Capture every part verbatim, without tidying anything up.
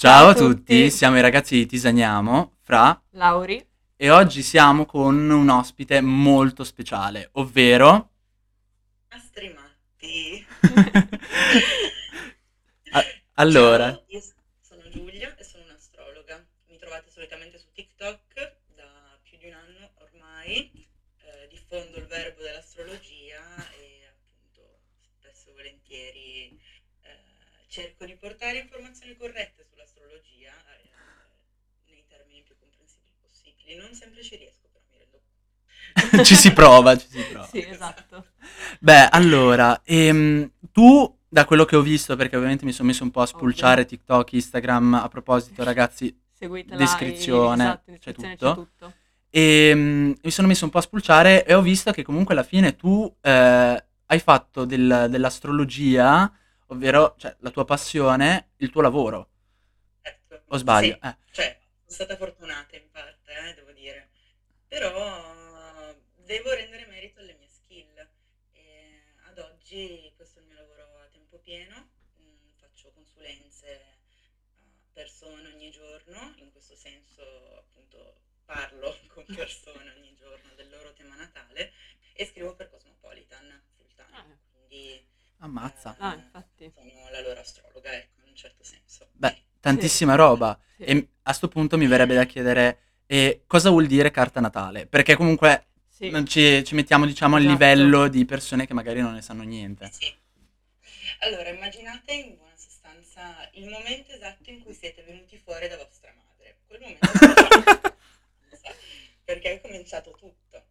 Ciao Ciao a a tutti, tutti, siamo i ragazzi di Tisaniamo, Fra, Lauri. e oggi siamo con un ospite molto speciale, ovvero... Astri matti. A- allora, Ciao, io s- sono Giulia e sono un'astrologa. Mi trovate solitamente su TikTok da più di un anno ormai. Eh, diffondo il verbo dell'astrologia e appunto spesso e volentieri eh, cerco di portare informazioni corrette sull'astrologia eh, nei termini più comprensibili possibili. Non sempre ci riesco, però mi rendo ci si conto. prova, ci si prova. Sì, Esatto. esatto. Beh, allora, ehm, tu, da quello che ho visto, perché ovviamente mi sono messo un po' a Ovvio. spulciare TikTok, Instagram, a proposito, ragazzi, Seguitela e descrizione, esatto, in c'è descrizione c'è tutto. tutto. E mm, mi sono messo un po' a spulciare e ho visto che comunque alla fine tu eh, hai fatto del- dell'astrologia, ovvero cioè, la tua passione, il tuo lavoro. Ecco, O sbaglio? sì, Eh. cioè, sono stata fortunata in parte, eh, devo dire, però devo rendere merito alle mie skill. E ad oggi questo è il mio lavoro a tempo pieno, mm, faccio consulenze a persone ogni giorno, in questo senso appunto parlo con persone ogni giorno del loro tema natale e scrivo per Cosmopolitan full Ah, time, quindi Ammazza. ah, eh, infatti. sono la loro astrologa, ecco, in un certo senso. Beh, Sì, tantissima roba. sì, E m- a sto punto mi verrebbe da chiedere eh, cosa vuol dire carta natale? Perché comunque sì, non ci, ci mettiamo, diciamo, al esatto. livello di persone che magari non ne sanno Eh niente. sì. Allora, immaginate in buona sostanza il momento esatto in cui siete venuti fuori da vostra madre. Quel momento specifico, perché è cominciato tutto.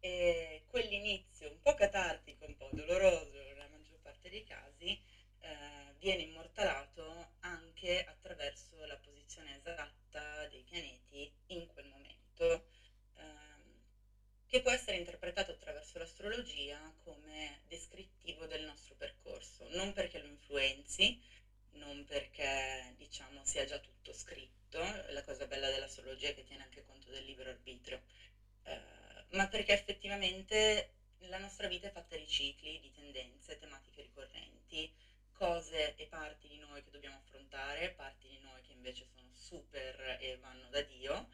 E quell'inizio un po' catartico, un po' doloroso nella maggior parte dei casi, eh, viene immortalato anche attraverso la posizione esatta dei pianeti in quel momento, ehm, che può essere interpretato attraverso l'astrologia come descrittivo del nostro percorso, non perché lo influenzi, non perché diciamo sia già tutto scritto, la cosa bella dell'astrologia è che tiene anche conto del libero arbitrio, eh, ma perché effettivamente la nostra vita è fatta di cicli, di tendenze, tematiche ricorrenti, cose e parti di noi che dobbiamo affrontare, parti di noi che invece sono super e vanno da Dio.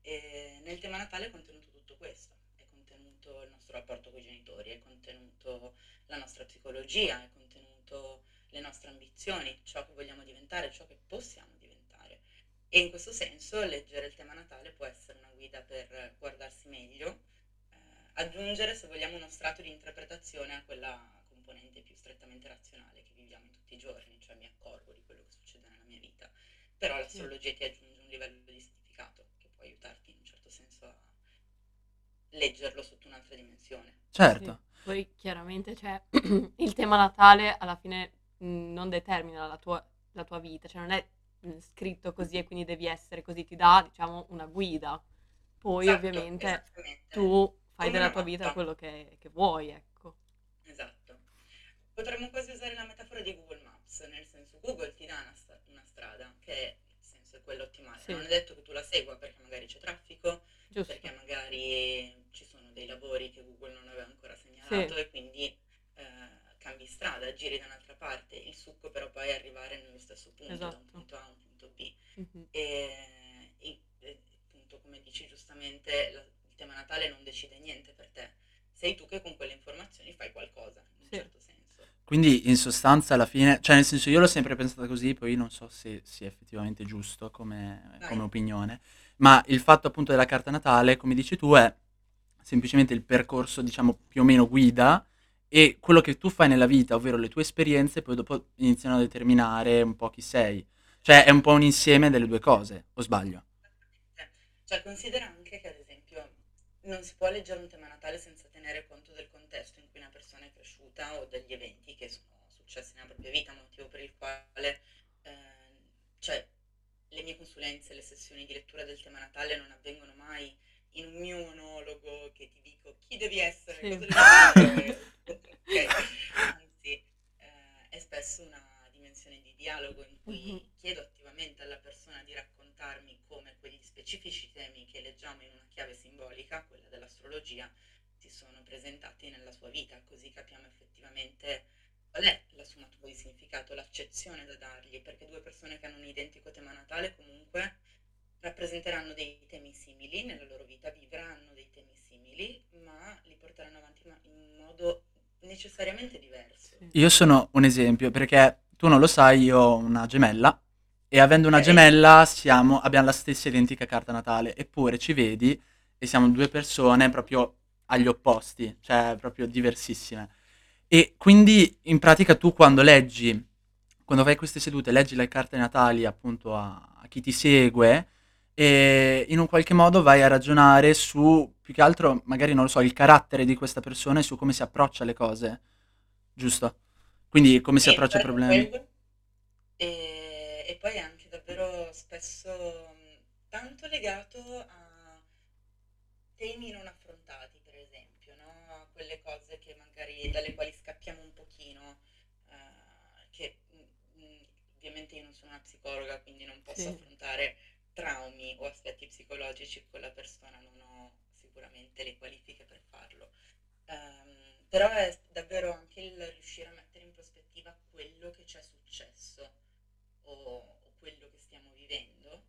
E nel tema natale è contenuto tutto questo, è contenuto il nostro rapporto con i genitori, è contenuto la nostra psicologia, è contenuto le nostre ambizioni, ciò che vogliamo diventare, ciò che possiamo diventare. E in questo senso leggere il tema natale può essere una guida per guardarsi meglio, eh, aggiungere se vogliamo uno strato di interpretazione a quella componente più strettamente razionale che viviamo in tutti i giorni, cioè mi accorgo di quello che succede nella mia vita, però Sì, l'astrologia ti aggiunge un livello di significato che può aiutarti in un certo senso a leggerlo sotto un'altra dimensione. sì. Certo. Poi chiaramente c'è il tema natale alla fine mh, non determina la tua, la tua vita, cioè non è mh, scritto così e quindi devi essere così, ti dà, diciamo, una guida. Poi Esatto, ovviamente esattamente, tu fai come della una tua vita mappa. quello che, che vuoi, ecco. Esatto. Potremmo quasi usare la metafora di Google Maps, nel senso Google ti dà una, sta- una strada che il senso è quello ottimale. Non Sì, è detto che tu la segua perché magari c'è traffico, perché giusto. magari ci sono dei lavori che Google non aveva ancora Sì, segnalato e quindi eh, cambi strada, giri da un'altra parte. Il succo però poi è arrivare nello stesso punto, da un esatto. punto A a un punto B. Mhm. E, e- e appunto, come dici giustamente, la- il tema Natale non decide niente per te, sei tu che con quelle informazioni fai qualcosa, in un Sì, certo senso. Quindi in sostanza alla fine, cioè nel senso io l'ho sempre pensata così, poi non so se sia effettivamente giusto come, come Vai. opinione, ma il fatto appunto della carta natale, come dici tu, è semplicemente il percorso, diciamo, più o meno guida e quello che tu fai nella vita, ovvero le tue esperienze, poi dopo iniziano a determinare un po' chi sei. Cioè è un po' un insieme delle due cose, o sbaglio? Esattamente. Cioè, considera anche che, ad esempio, non si può leggere un tema natale senza tenere conto del contesto in cui una persona è cresciuta o degli eventi che sono successi nella propria vita, motivo per il quale, ehm, cioè, le mie consulenze, le sessioni di lettura del tema natale non avvengono mai in un mio monologo che ti dico chi devi essere, sì. cosa devi fare, ok? Anzi, eh, è spesso una dimensione di dialogo in Mhm. cui chiedo attivamente alla persona di raccontarmi come quegli specifici temi che leggiamo in una chiave simbolica, quella dell'astrologia, si sono presentati nella sua vita, così capiamo effettivamente qual è la sfumatura poi significato, l'accezione da dargli, perché due persone che hanno un identico tema natale comunque rappresenteranno dei temi simili nella loro vita, vivranno dei temi simili, ma li porteranno avanti ma- in modo necessariamente diverso. Sì. Io sono un esempio perché tu non lo sai, io ho una gemella e avendo una Ok? gemella siamo, abbiamo la stessa identica carta natale, eppure ci vedi e siamo due persone proprio agli opposti, cioè proprio diversissime. E quindi in pratica tu quando leggi, quando fai queste sedute, leggi le carte natali appunto a, a chi ti segue e in un qualche modo vai a ragionare su, più che altro, magari non lo so, il carattere di questa persona e su come si approccia alle cose, giusto? Quindi come si Sì, in approccia ai parte problemi. quello. E, e poi anche davvero spesso mh, tanto legato a temi non affrontati, per esempio, no? A quelle cose che magari dalle quali scappiamo un pochino, eh, che mh, mh, ovviamente io non sono una psicologa, quindi non posso Sì. affrontare traumi o aspetti psicologici con la persona, non ho sicuramente le qualifiche per farlo. Ehm, però è davvero anche il riuscire a mettere in prospettiva quello che ci è successo o, o quello che stiamo vivendo,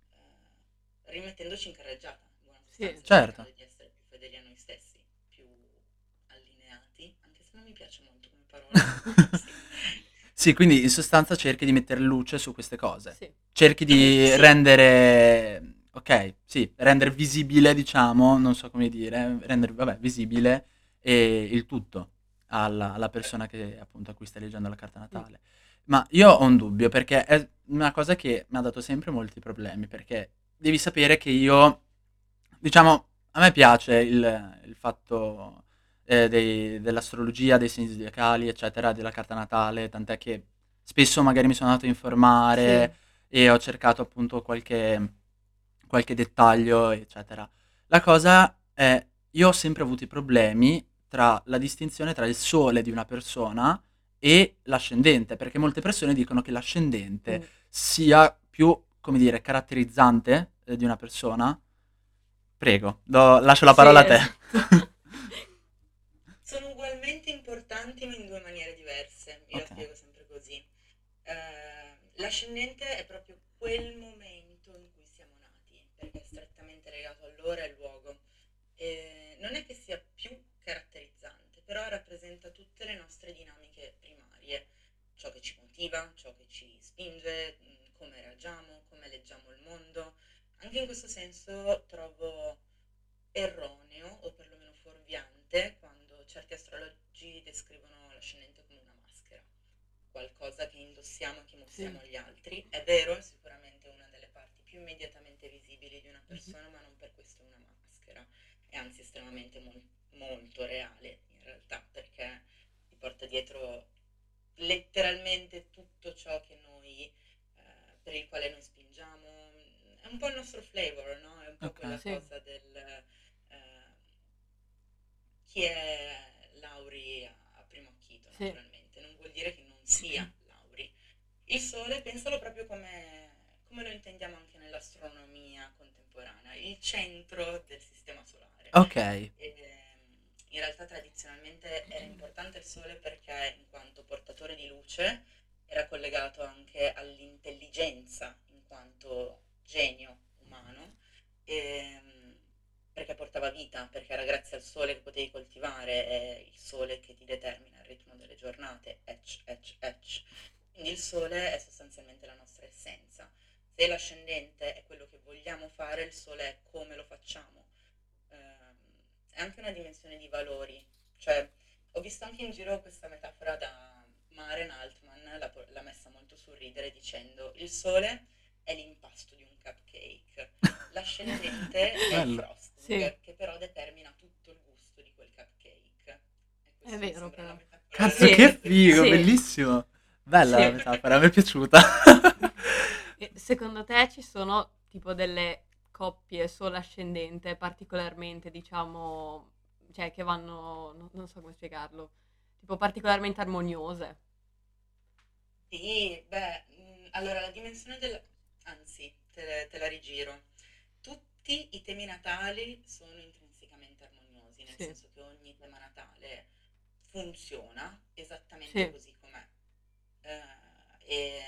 eh, rimettendoci in carreggiata, in buona Sì. sostanza, Certo. cercando di essere più fedeli a noi stessi, più allineati, anche se non mi piace molto come parola, però sì. Sì, quindi in sostanza cerchi di mettere luce su queste cose. Sì. Cerchi di Sì, rendere, ok, sì, rendere visibile, diciamo, non so come dire, rendere, vabbè, visibile e il tutto alla, alla persona che appunto a cui stai leggendo la carta Mm. natale. Ma io ho un dubbio perché è una cosa che mi ha dato sempre molti problemi, perché devi sapere che io, diciamo, a me piace il, il fatto eh, dei- dell'astrologia, dei segni zodiacali, eccetera, della carta natale, tant'è che spesso magari mi sono andato a Sì. informare e ho cercato appunto qualche, qualche dettaglio, eccetera. La cosa è, io ho sempre avuto i problemi tra la distinzione tra il sole di una persona e l'ascendente, perché molte persone dicono che l'ascendente Mm. sia più, come dire, caratterizzante eh, di una persona. Prego, do- lascio la Sì, parola a te. esatto. sono ugualmente importanti ma in due maniere diverse, io la Ok. spiego sempre così. Eh, l'ascendente è proprio quel momento in cui siamo nati, perché è strettamente legato all'ora e al luogo. E non è che sia più caratterizzante, però rappresenta tutte le nostre dinamiche primarie, ciò che ci motiva, ciò che ci spinge, mh, come reagiamo, come leggiamo il mondo. Anche in questo senso trovo erroneo o perlomeno fuorviante quando certi astrologi descrivono l'ascendente come una maschera, qualcosa che indossiamo e che Sì. mostriamo agli altri. È vero, è sicuramente una delle parti più immediatamente visibili di una Mhm. persona, ma non per questo è una maschera, è anzi estremamente mol- molto reale in realtà, perché ti porta dietro letteralmente tutto ciò che noi, eh, per il quale noi spingiamo. È un po' il nostro flavor, no? È un po' Ok. quella Sì. cosa del eh, chi è Lauri a, a primo acchito, Sì. naturalmente, non vuol dire che non sia Lauri. Il Sole, pensalo proprio come, come lo intendiamo anche nell'astronomia contemporanea, il centro del sistema solare. Ok. E, ehm, in realtà tradizionalmente era importante il Sole perché in quanto portatore di luce era collegato anche all'intelligenza in quanto genio umano, ehm, perché portava vita, perché era grazie al sole che potevi coltivare, è il sole che ti determina il ritmo delle giornate, etch, etch, etch. Quindi il sole è sostanzialmente la nostra essenza. Se l'ascendente è quello che vogliamo fare, il sole è come lo facciamo. Ehm, è anche una dimensione di valori, cioè ho visto anche in giro questa metafora da Maren Altman, l'ha, l'ha messa molto sul ridere dicendo il sole è l'impasto di un cupcake, l'ascendente è il Bello. Sì, frosting che però determina tutto il gusto di quel cupcake. E è questo mi vero sembra una però. metafora Cazzo, Sì, che veramente figo, sì, bella. bellissimo. Bella la sì. metafora, mi è piaciuta. E secondo te ci sono tipo delle coppie solo ascendente particolarmente, diciamo, cioè che vanno, non, non so come spiegarlo, tipo particolarmente armoniose? Sì, beh, mh, allora la dimensione del... anzi, te, te la rigiro. Tutti i temi natali sono intrinsecamente armoniosi, nel Sì, senso che ogni tema natale funziona esattamente sì, così com'è.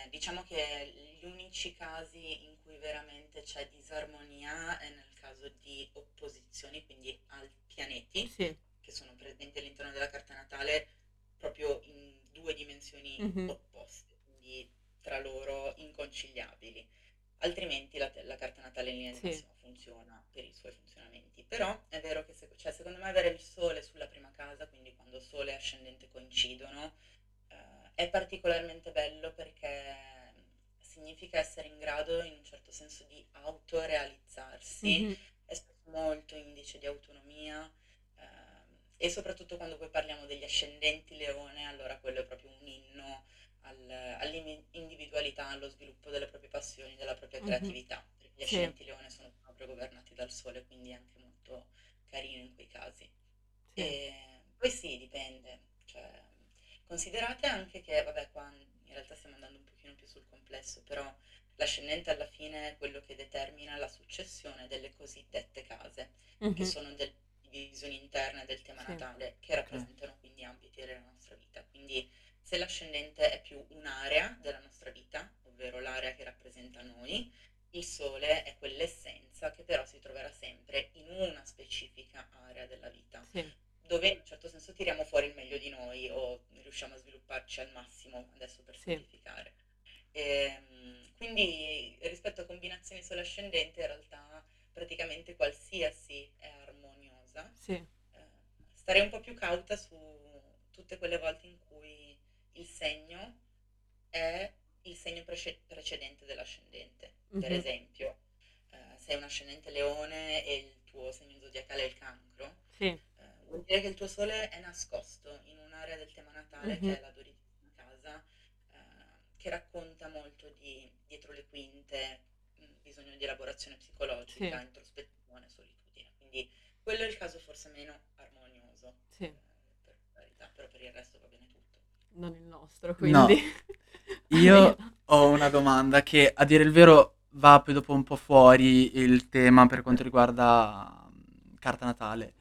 diciamo che gli unici casi in cui veramente c'è disarmonia è nel caso di opposizioni, quindi al pianeti, Sì. che sono presenti all'interno della carta natale proprio in due dimensioni Mhm. opposte, quindi tra loro inconciliabili. Altrimenti la, la carta natale in linea di Sì. massima funziona per i suoi funzionamenti. Però è vero che se- cioè, secondo me avere il sole sulla prima casa, quindi quando sole e ascendente coincidono, eh, è particolarmente bello perché significa essere in grado in un certo senso di autorealizzarsi, Mhm. è spesso molto indice di autonomia, ehm, e soprattutto quando poi parliamo degli ascendenti leone, allora quello è proprio un inno al- all'individualità, allo sviluppo delle proprie passioni, della propria Mhm. creatività, perché gli Sì. ascendenti leone sono proprio governati dal sole, quindi è anche molto carino in quei casi. Sì. E poi sì, dipende, cioè, considerate anche che, vabbè, qua in realtà stiamo andando un pochino più sul complesso, però l'ascendente alla fine è quello che determina la successione delle cosiddette case, che Mhm. sono delle divisioni interne del tema Sì. natale, che rappresentano quindi ambiti della nostra vita. Quindi se l'ascendente è più un'area della nostra vita, ovvero l'area che rappresenta noi, il sole è quell'essenza che però si troverà sempre in una specifica area della vita, Sì. dove in un certo senso tiriamo fuori il meglio di noi o riusciamo a svilupparci al massimo, adesso per Sì. semplificare. Ehm, quindi rispetto a combinazioni sole ascendente, in realtà praticamente qualsiasi è armoniosa. Sì. Eh, starei un po' più cauta su tutte quelle volte in cui il segno è il segno prece- precedente dell'ascendente. Per Mhm. esempio, eh, sei un ascendente leone e il tuo segno zodiacale è il cancro, Sì. eh, vuol dire che il tuo sole è nascosto in un'area del tema natale Mhm. che è la dodicesima casa, eh, che racconta molto di dietro le quinte, mh, bisogno di elaborazione psicologica, Sì. introspezione, solitudine. Quindi quello è il caso forse meno armonioso, Sì. eh, per carità, però per il resto va bene tutto. Non il nostro, No, quindi. io ho una domanda che a dire il vero va poi dopo un po' fuori il tema per quanto riguarda mm, carta natale.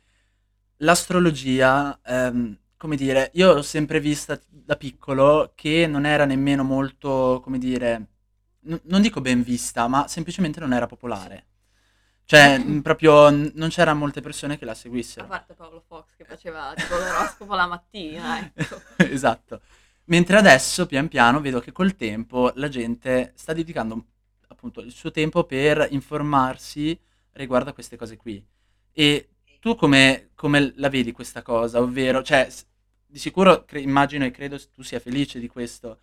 L'astrologia, ehm, come dire, io l'ho sempre vista da piccolo che non era nemmeno molto, come dire, n- non dico ben vista, ma semplicemente non era popolare. Cioè, mm, proprio n- non c'erano molte persone che la A seguissero. parte Paolo Fox che faceva tipo l'oroscopo la mattina, ecco. Esatto. Mentre adesso, pian piano, vedo che col tempo la gente sta dedicando appunto il suo tempo per informarsi riguardo a queste cose qui. E tu come, come la vedi questa cosa? Ovvero, cioè, s- di sicuro cre- immagino e credo tu sia felice di questo.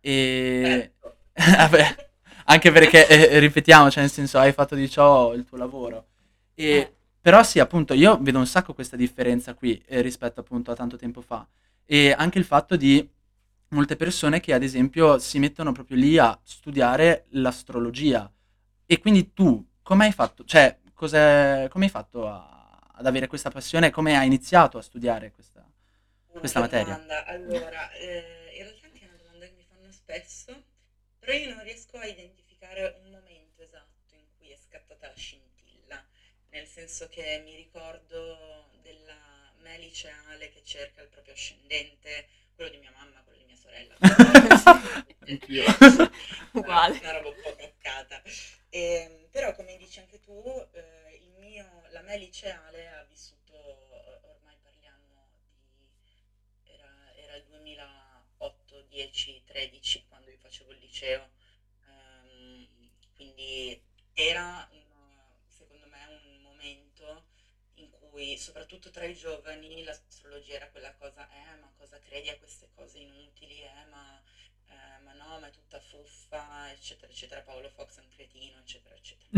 E Certo. vabbè, anche perché, eh, ripetiamo, cioè nel senso hai fatto di ciò il tuo lavoro. Eh, E, però sì, appunto, io vedo un sacco questa differenza qui eh, rispetto appunto a tanto tempo fa. E anche il fatto di molte persone che ad esempio si mettono proprio lì a studiare l'astrologia. E quindi tu come hai fatto? Cioè, cos'è- come hai fatto a- ad avere questa passione? Come hai iniziato a studiare questa, Una questa materia? domanda, allora, eh, in realtà anche è una domanda che mi fanno spesso, però io non riesco a identificare un momento esatto in cui è scattata la scintilla, nel senso che mi ricordo della me liceale che cerca il proprio ascendente, quello di mia mamma, quello di mia sorella, Anch'io. una, uguale. una roba un po' caccata. Ehm, però come dici anche tu, eh, il mio, la me liceale ha vissuto, eh, ormai parliamo di era, era il duemilaotto, dieci, tredici quando io facevo il liceo. Ehm, quindi era un- secondo me un momento in cui soprattutto tra i giovani l'astrologia era quella cosa, eh ma cosa credi a queste cose inutili, eh ma, eh, ma no, ma è tutta fuffa, eccetera, eccetera, Paolo Fox è un cretino, eccetera, eccetera.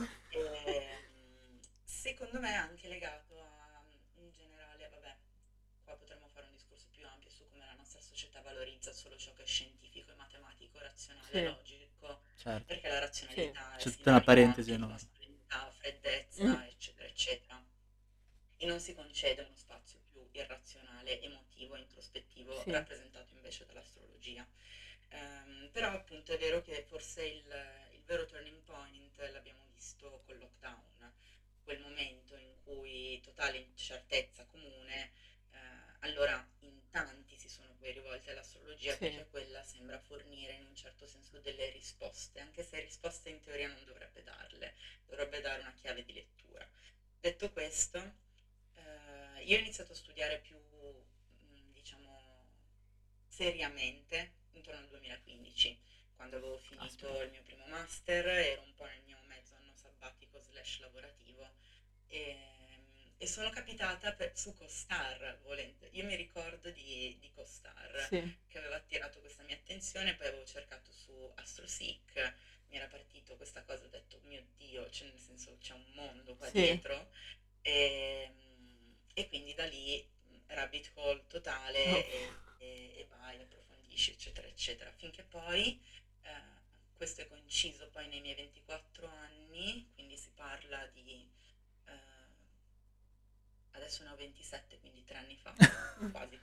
Ehm, secondo me è anche legato a, in generale, vabbè, qua potremmo fare un discorso più ampio su come la nostra società valorizza solo ciò che è scientifico e matematico, razionale, Sì. logico, Certo, perché la Sì. razionalità è c'è tutta una sinonimo parentesi anche di enorme. mascolinità, Mm. freddezza, eccetera, eccetera. E non si concede uno spazio più irrazionale, emotivo, introspettivo, Sì. rappresentato invece dall'astrologia. Ehm, però appunto è vero che forse il, il vero turning point l'abbiamo visto col lockdown, quel momento in cui totale incertezza comune, eh, allora in tanti si sono poi rivolti all'astrologia Sì. perché quella sembra fornire in un certo senso delle risposte, anche se risposte in teoria non dovrebbe darle, dovrebbe dare una chiave di lettura. Detto questo, eh, io ho iniziato a studiare più, mh, diciamo, seriamente intorno al duemilaquindici, quando avevo finito Aspetta. il mio primo master, ero un po' nel mio mezzo anno sabbatico slash lavorativo e, e sono capitata per- su CoStar, volente. Io mi ricordo di, di CoStar Sì. che aveva attirato questa mia attenzione, poi avevo cercato su AstroSeek, mi era partito questa cosa, ho detto mio Dio, cioè nel senso c'è un mondo qua Sì. dietro e, e quindi da lì mh, rabbit hole totale e, e- e vai, approfondisci, eccetera, eccetera, finché poi eh, questo è coinciso poi nei miei ventiquattro anni, quindi si parla di eh, adesso ne ho ventisette, quindi tre anni fa, quasi.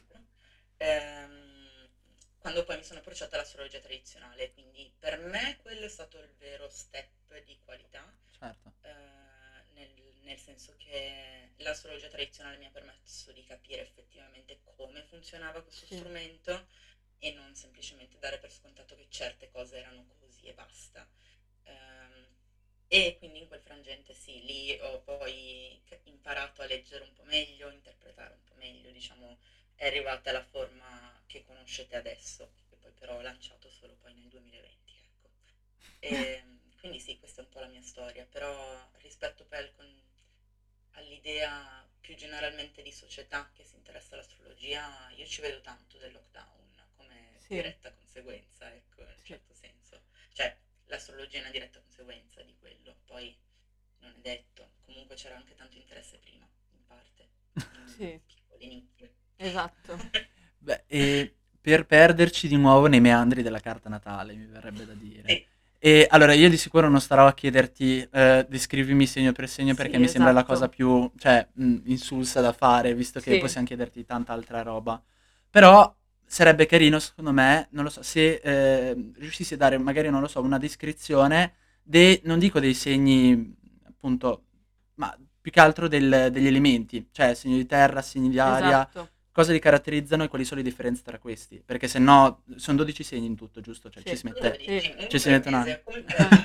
Ehm, quando poi mi sono approcciata all'astrologia tradizionale, quindi per me quello è stato il vero step di qualità, Certo. eh, nel, nel senso che l'astrologia tradizionale mi ha permesso di capire effettivamente come funzionava questo Sì. strumento e non semplicemente dare per scontato che certe cose erano così e basta. Ehm, e quindi in quel frangente sì, lì ho poi c- imparato a leggere un po' meglio, interpretare un po' meglio, diciamo, è arrivata la forma che conoscete adesso, che poi però ho lanciato solo poi nel duemilaventi, ecco. E, quindi sì, questa è un po' la mia storia, però rispetto poi al con- all'idea più generalmente di società che si interessa all'astrologia, io ci vedo tanto del lockdown come Sì. diretta conseguenza, ecco, in un Sì. certo senso. Cioè, l'astrologia è una diretta conseguenza di quello, poi non è detto. Comunque c'era anche tanto interesse prima, in parte, in Sì. piccole nicchie. Esatto. Beh, e per perderci di nuovo nei meandri della carta natale, mi verrebbe da dire. Sì, E allora io di sicuro non starò a chiederti, eh, descrivimi segno per segno perché Sì, mi sembra la cosa esatto. più, cioè, mh, insulsa da fare, visto che Sì. possiamo chiederti tanta altra roba. Però sarebbe carino, secondo me, non lo so, se eh, riuscissi a dare magari, non lo so, una descrizione dei, non dico dei segni, appunto, ma più che altro del- degli elementi, cioè segno di terra, segni di aria, Esatto. cosa li caratterizzano e quali sono le differenze tra questi? Perché se no sono dodici segni in tutto, giusto? Cioè ci Sì. si mette, dodici, Sì. un ci si per mette un anno. mese, come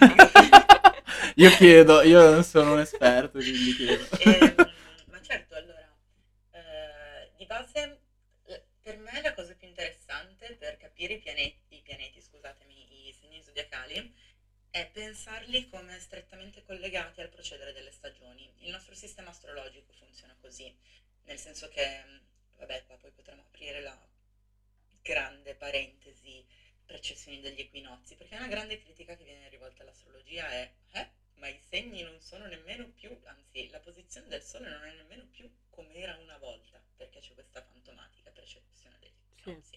Io chiedo, io non sono un esperto, quindi chiedo. Ehm, ma certo, allora, eh, di base, eh, per me la cosa più interessante per capire i pianeti, i pianeti, scusatemi, i segni zodiacali, è pensarli come strettamente collegati al procedere delle stagioni. Il nostro sistema astrologico funziona così, nel senso che, mh, vabbè, qua poi potremmo aprire la grande parentesi precessioni degli equinozi, perché una grande critica che viene rivolta all'astrologia è, eh, ma i segni non sono nemmeno più, anzi, la posizione del Sole non è nemmeno più come era una volta, perché c'è questa fantomatica precessione degli Sì. equinozi.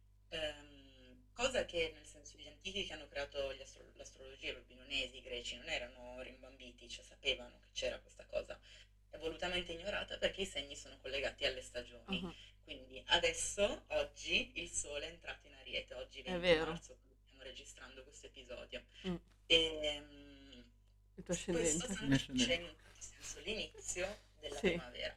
Ehm, cosa che nel senso gli antichi che hanno creato gli astro- l'astrologia, i babilonesi, i greci, non erano rimbambiti, cioè sapevano che c'era questa cosa, è volutamente ignorata perché i segni sono collegati alle stagioni. Mhm. Quindi adesso, oggi, il Sole è entrato in Ariete, oggi È venti vero. marzo, quando stiamo registrando questo episodio. Mm. E, Il tuo questo ascendente. sancisce in un certo senso l'inizio della Sì. primavera.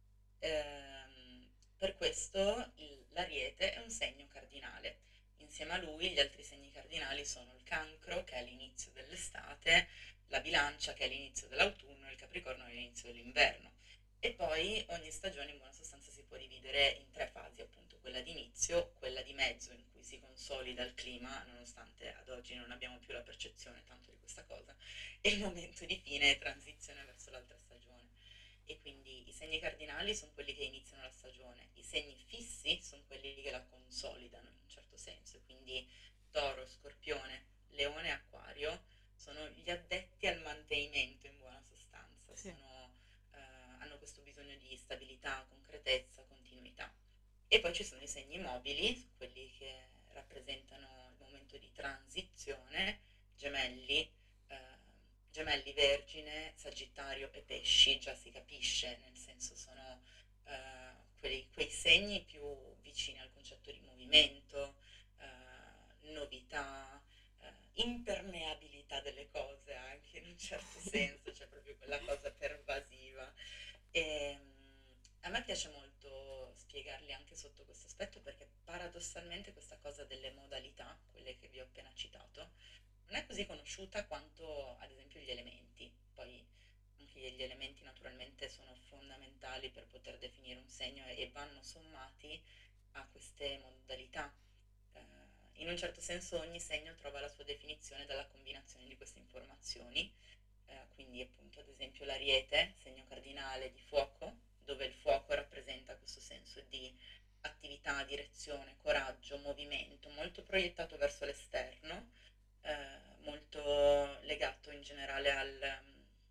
Ehm, per questo il- l'Ariete è un segno cardinale. Insieme a lui gli altri segni cardinali sono il Cancro, che è l'inizio dell'estate, la Bilancia, che è l'inizio dell'autunno, e il Capricorno, che è l'inizio dell'inverno. E poi ogni stagione in buona sostanza si può dividere in tre fasi, appunto quella di inizio, quella di mezzo in cui si consolida il clima, nonostante ad oggi non abbiamo più la percezione tanto di questa cosa, e il momento di fine e transizione verso l'altra stagione. E quindi i segni cardinali sono quelli che iniziano la stagione, i segni fissi sono quelli che la consolidano in un certo senso, e quindi Toro, Scorpione, Leone e Acquario sono gli addetti al mantenimento in buona sostanza, Sì. sono, eh, hanno questo bisogno di stabilità, concretezza, continuità. E poi ci sono i segni mobili, quelli che rappresentano il momento di transizione, Gemelli, eh, Gemelli, Vergine, Sagittario e Pesci, già si capisce, nel senso sono eh, quei, quei segni più vicini al concetto di movimento, eh, novità, eh, impermeabilità delle cose anche in un certo senso, cioè proprio quella cosa pervasiva. E, mm, a me piace molto spiegarli anche sotto questo aspetto, perché paradossalmente questa cosa delle modalità, quelle che vi ho appena citato, non è così conosciuta quanto ad esempio gli elementi. Poi anche gli elementi naturalmente sono fondamentali per poter definire un segno e e vanno sommati a queste modalità. Eh, in un certo senso ogni segno trova la sua definizione dalla combinazione di queste informazioni. Eh, quindi appunto ad esempio l'ariete, segno cardinale di fuoco, dove il fuoco rappresenta questo senso di attività, direzione, coraggio, movimento, molto proiettato verso l'esterno, eh, molto legato in generale al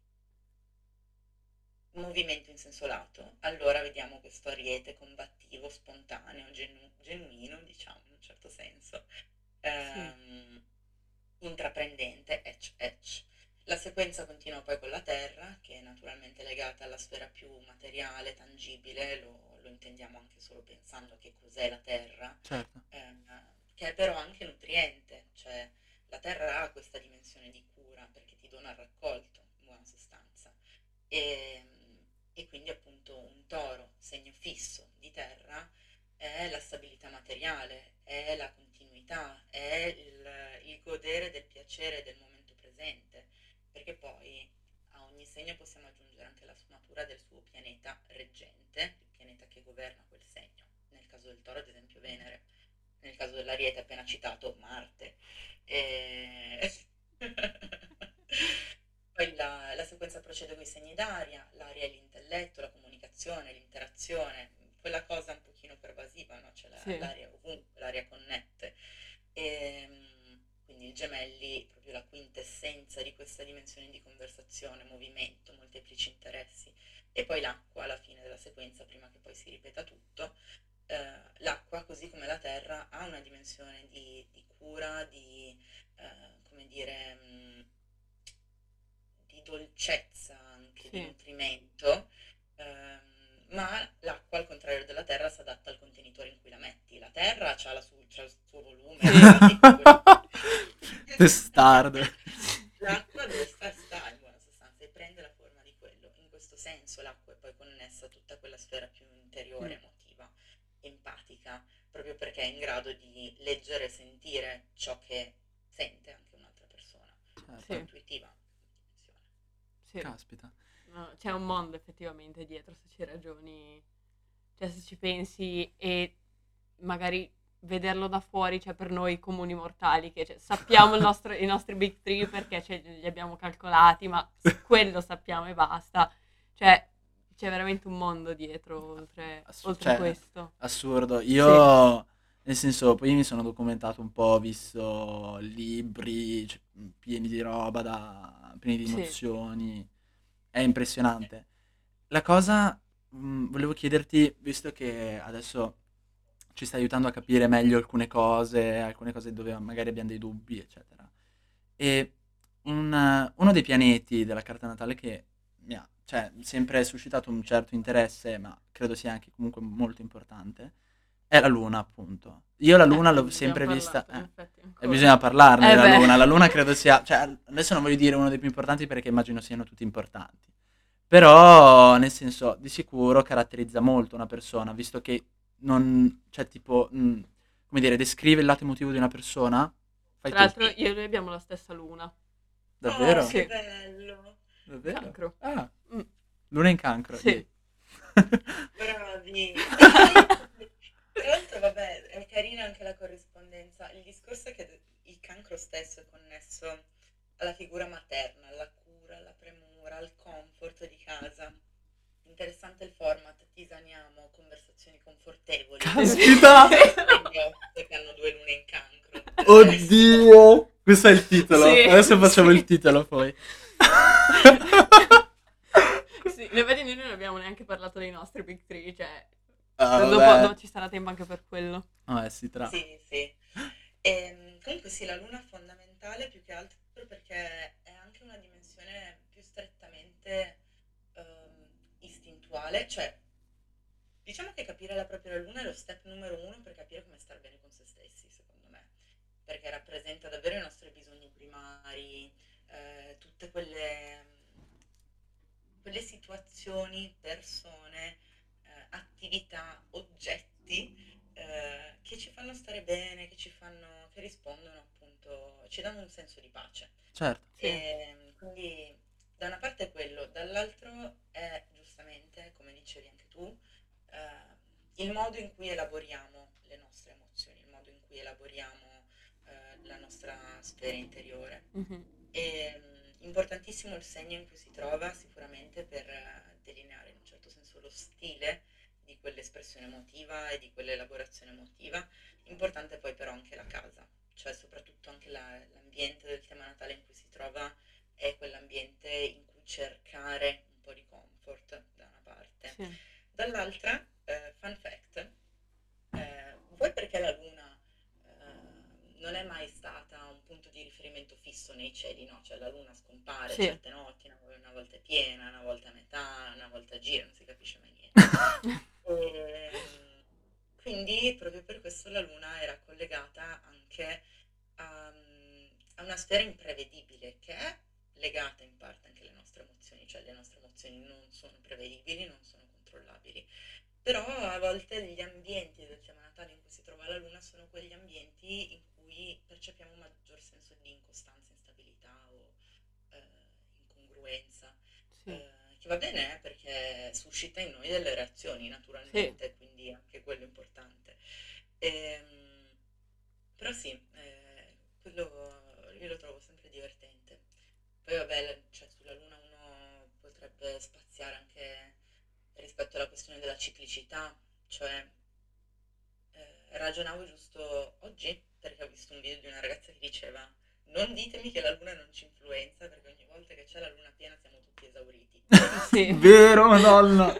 um, movimento in senso lato. Allora vediamo questo ariete combattivo, spontaneo, genu- genuino, diciamo in un certo senso, Sì. ehm, intraprendente, etch, etch. La sequenza continua poi con la Terra, che è naturalmente legata alla sfera più materiale, tangibile, lo, lo intendiamo anche solo pensando a che cos'è la Terra, Certo. ehm, che è però anche nutriente, cioè la Terra ha questa dimensione di cura perché ti dona il raccolto, in buona sostanza. E, e quindi appunto un toro, segno fisso di Terra, è la stabilità materiale, è la continuità, è il, il godere del piacere del momento presente, perché poi a ogni segno possiamo aggiungere anche la sfumatura del suo pianeta reggente, il pianeta che governa quel segno. Nel caso del toro, ad esempio, Venere, nel caso dell'Ariete appena citato, Marte. E... Poi la, la sequenza procede con i segni d'aria, l'aria è l'intelletto, la comunicazione, l'interazione, quella cosa un pochino pervasiva, no? C'è la- Sì. l'aria ovunque, l'aria connette. E, mm, quindi il gemelli, proprio la quintessenza di questa dimensione di conversazione, movimento, molteplici interessi. E poi l'acqua alla fine della sequenza, prima che poi si ripeta tutto. Eh, l'acqua, così come la terra, ha una dimensione di, di cura, di, eh, come dire, mh, di dolcezza, anche di Sì. nutrimento, ehm, ma l'acqua, al contrario della terra, si adatta al contenitore in cui la metti. La terra ha la su- c'ha il suo volume, Sì. ha dei piccoli- Testardo. L'acqua dove sta sta in buona sostanza e prende la forma di quello. In questo senso l'acqua è poi connessa a tutta quella sfera più interiore, Mm. emotiva, empatica, proprio perché è in grado di leggere e sentire ciò che sente anche un'altra persona. Certo. Sì. Intuitiva. Sì. Caspita. No, c'è un mondo effettivamente dietro, se ci ragioni, cioè se ci pensi e magari vederlo da fuori, cioè per noi comuni mortali, che cioè, sappiamo il nostro- i nostri big three perché cioè, li abbiamo calcolati, ma quello sappiamo e basta. Cioè c'è veramente un mondo dietro oltre, Ass- oltre cioè, questo. assurdo. Io, nel senso, poi mi sono documentato un po', ho visto libri cioè, pieni di roba, da, pieni di Sì. nozioni. È impressionante. La cosa, mh, volevo chiederti, visto che adesso ci stai aiutando a capire meglio alcune cose, alcune cose dove magari abbiamo dei dubbi, eccetera. E un- uno dei pianeti della carta natale che mi ha, cioè, sempre suscitato un certo interesse, ma credo sia anche comunque molto importante, è la Luna, appunto. Io la Eh, Luna ne l'ho abbiamo sempre vista, parlato, in eh, effetti, e ancora. bisogna parlarne Eh della beh. Luna. La Luna credo sia, cioè, adesso non voglio dire uno dei più importanti perché immagino siano tutti importanti. Però, nel senso, di sicuro caratterizza molto una persona, visto che non, cioè, tipo, mh, come dire, descrive il lato emotivo di una persona. Fai Tra tu. l'altro io e lui abbiamo la stessa luna. Davvero? Oh, Sì. che bello! Davvero? Cancro. Ah, Mm. Luna in cancro. Sì. yay. Bravi! Tra l'altro, vabbè, è carina anche la corrispondenza. Il discorso è che il cancro stesso è connesso alla figura materna, alla cura, alla premura, al comfort di casa. Interessante il format, tisaniamo conversazioni confortevoli. Caspita! Quindi otto che hanno due lune in cancro. Oddio! Questo è il titolo. Sì, Adesso facciamo sì. il titolo poi. Sì, infatti noi non abbiamo neanche parlato dei nostri big three, cioè Ah, dopo, vabbè. dopo ci sarà tempo anche per quello. Oh, eh, si tra. Sì, sì. Ehm, comunque sì, la luna è fondamentale più che altro perché è anche una dimensione più strettamente ehm, istintuale, cioè diciamo che capire la propria luna è lo step numero uno per capire come star bene con se stessi, secondo me, perché rappresenta davvero i nostri bisogni primari, eh, tutte quelle, quelle situazioni, persone, eh, attività, oggetti eh, che ci fanno stare bene, che ci fanno, che rispondono appunto, ci danno un senso di pace. Certo. Sì. E quindi da una parte è quello, dall'altro è giustamente, come dicevi anche tu, eh, il modo in cui elaboriamo le nostre emozioni, il modo in cui elaboriamo eh, la nostra sfera interiore. Mhm. E, mh, importantissimo il segno in cui si trova sicuramente per eh, delineare in un certo senso lo stile di quell'espressione emotiva e di quell'elaborazione emotiva. Importante poi però anche la casa, cioè soprattutto anche la- l'ambiente del tema natale in cui si trova è quell'ambiente in cui cercare un po' di comfort da una parte. Sì. Dall'altra, eh, fun fact, eh, vuoi perché la luna eh, non è mai stata un punto di riferimento fisso nei cieli, no? Cioè la luna scompare Sì. certe notti, una, una volta è piena, una volta è a metà, una volta gira, non si capisce mai niente. E, quindi proprio per questo la luna era collegata anche a, a una sfera imprevedibile che è legata in parte anche alle nostre emozioni, cioè le nostre emozioni non sono prevedibili, non sono controllabili. Però a volte gli ambienti del tema natale in cui si trova la luna sono quegli ambienti in cui percepiamo un maggior senso di incostanza, instabilità o eh, incongruenza, Sì. eh, che va bene eh, perché suscita in noi delle reazioni naturalmente, quindi anche quello è importante. Ehm, però sì, eh, quello io lo trovo sempre divertente. Poi vabbè, cioè, sulla luna uno potrebbe spaziare anche rispetto alla questione della ciclicità, cioè eh, ragionavo giusto oggi perché ho visto un video di una ragazza che diceva non ditemi che la luna non ci influenza perché ogni volta che c'è la luna piena siamo tutti esauriti. Sì. Vero, Madonna.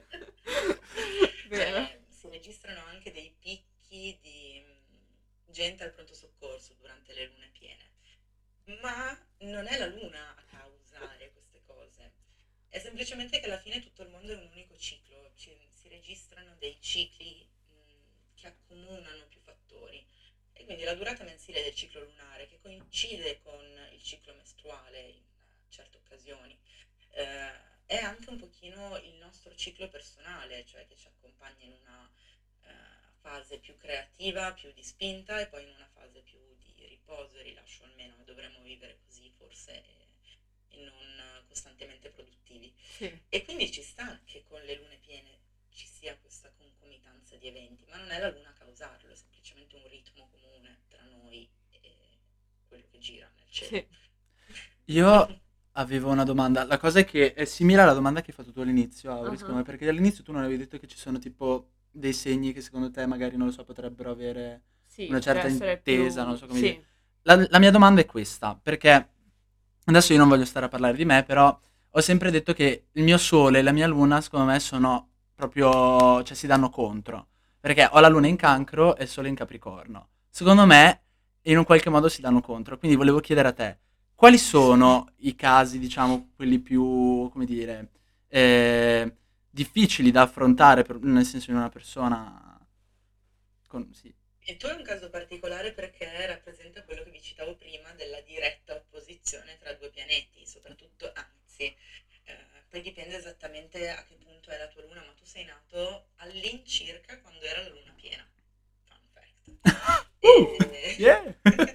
Vero. Cioè, si registrano anche dei picchi di mh, gente al pronto soccorso durante le lune piene, ma non è la luna a causare queste cose, è semplicemente che alla fine tutto il mondo è un unico ciclo, ci- si registrano dei cicli mh, che accomunano più fattori. E quindi la durata mensile del ciclo lunare, che coincide con il ciclo mestruale in certe occasioni, eh, è anche un pochino il nostro ciclo personale, cioè che ci accompagna in una eh, fase più creativa, più di spinta e poi in una fase più di riposo e rilascio, almeno dovremmo vivere così forse e, e non costantemente produttivi. Sì. E quindi ci sta che con le lune piene ci sia questa concomitanza di eventi, ma non è la luna a causarlo, è semplicemente un ritmo comune tra noi e quello che gira nel cielo. Sì. Io avevo una domanda. La cosa è che è simile alla domanda che hai fatto tu all'inizio, Auri, Uh-huh. secondo me, perché all'inizio tu non avevi detto che ci sono tipo dei segni che secondo te magari, non lo so, potrebbero avere Sì, una certa per essere intesa, più... non so come sì. dire. La, la mia domanda è questa, perché adesso io non voglio stare a parlare di me, però ho sempre detto che il mio sole e la mia luna, secondo me, sono proprio, cioè si danno contro, perché ho la luna in Cancro e il sole in Capricorno. Secondo me, in un qualche modo si danno contro, quindi volevo chiedere a te, quali sono i casi, diciamo, quelli più, come dire, eh, difficili da affrontare, per- nel senso in una persona con, sì. E tu è un caso particolare perché rappresenta quello che vi citavo prima della diretta opposizione tra due pianeti, soprattutto, anzi, eh, poi dipende esattamente a che punto è la tua luna, ma tu sei nato all'incirca quando era la luna piena. Fun fact. Uh, E- yeah.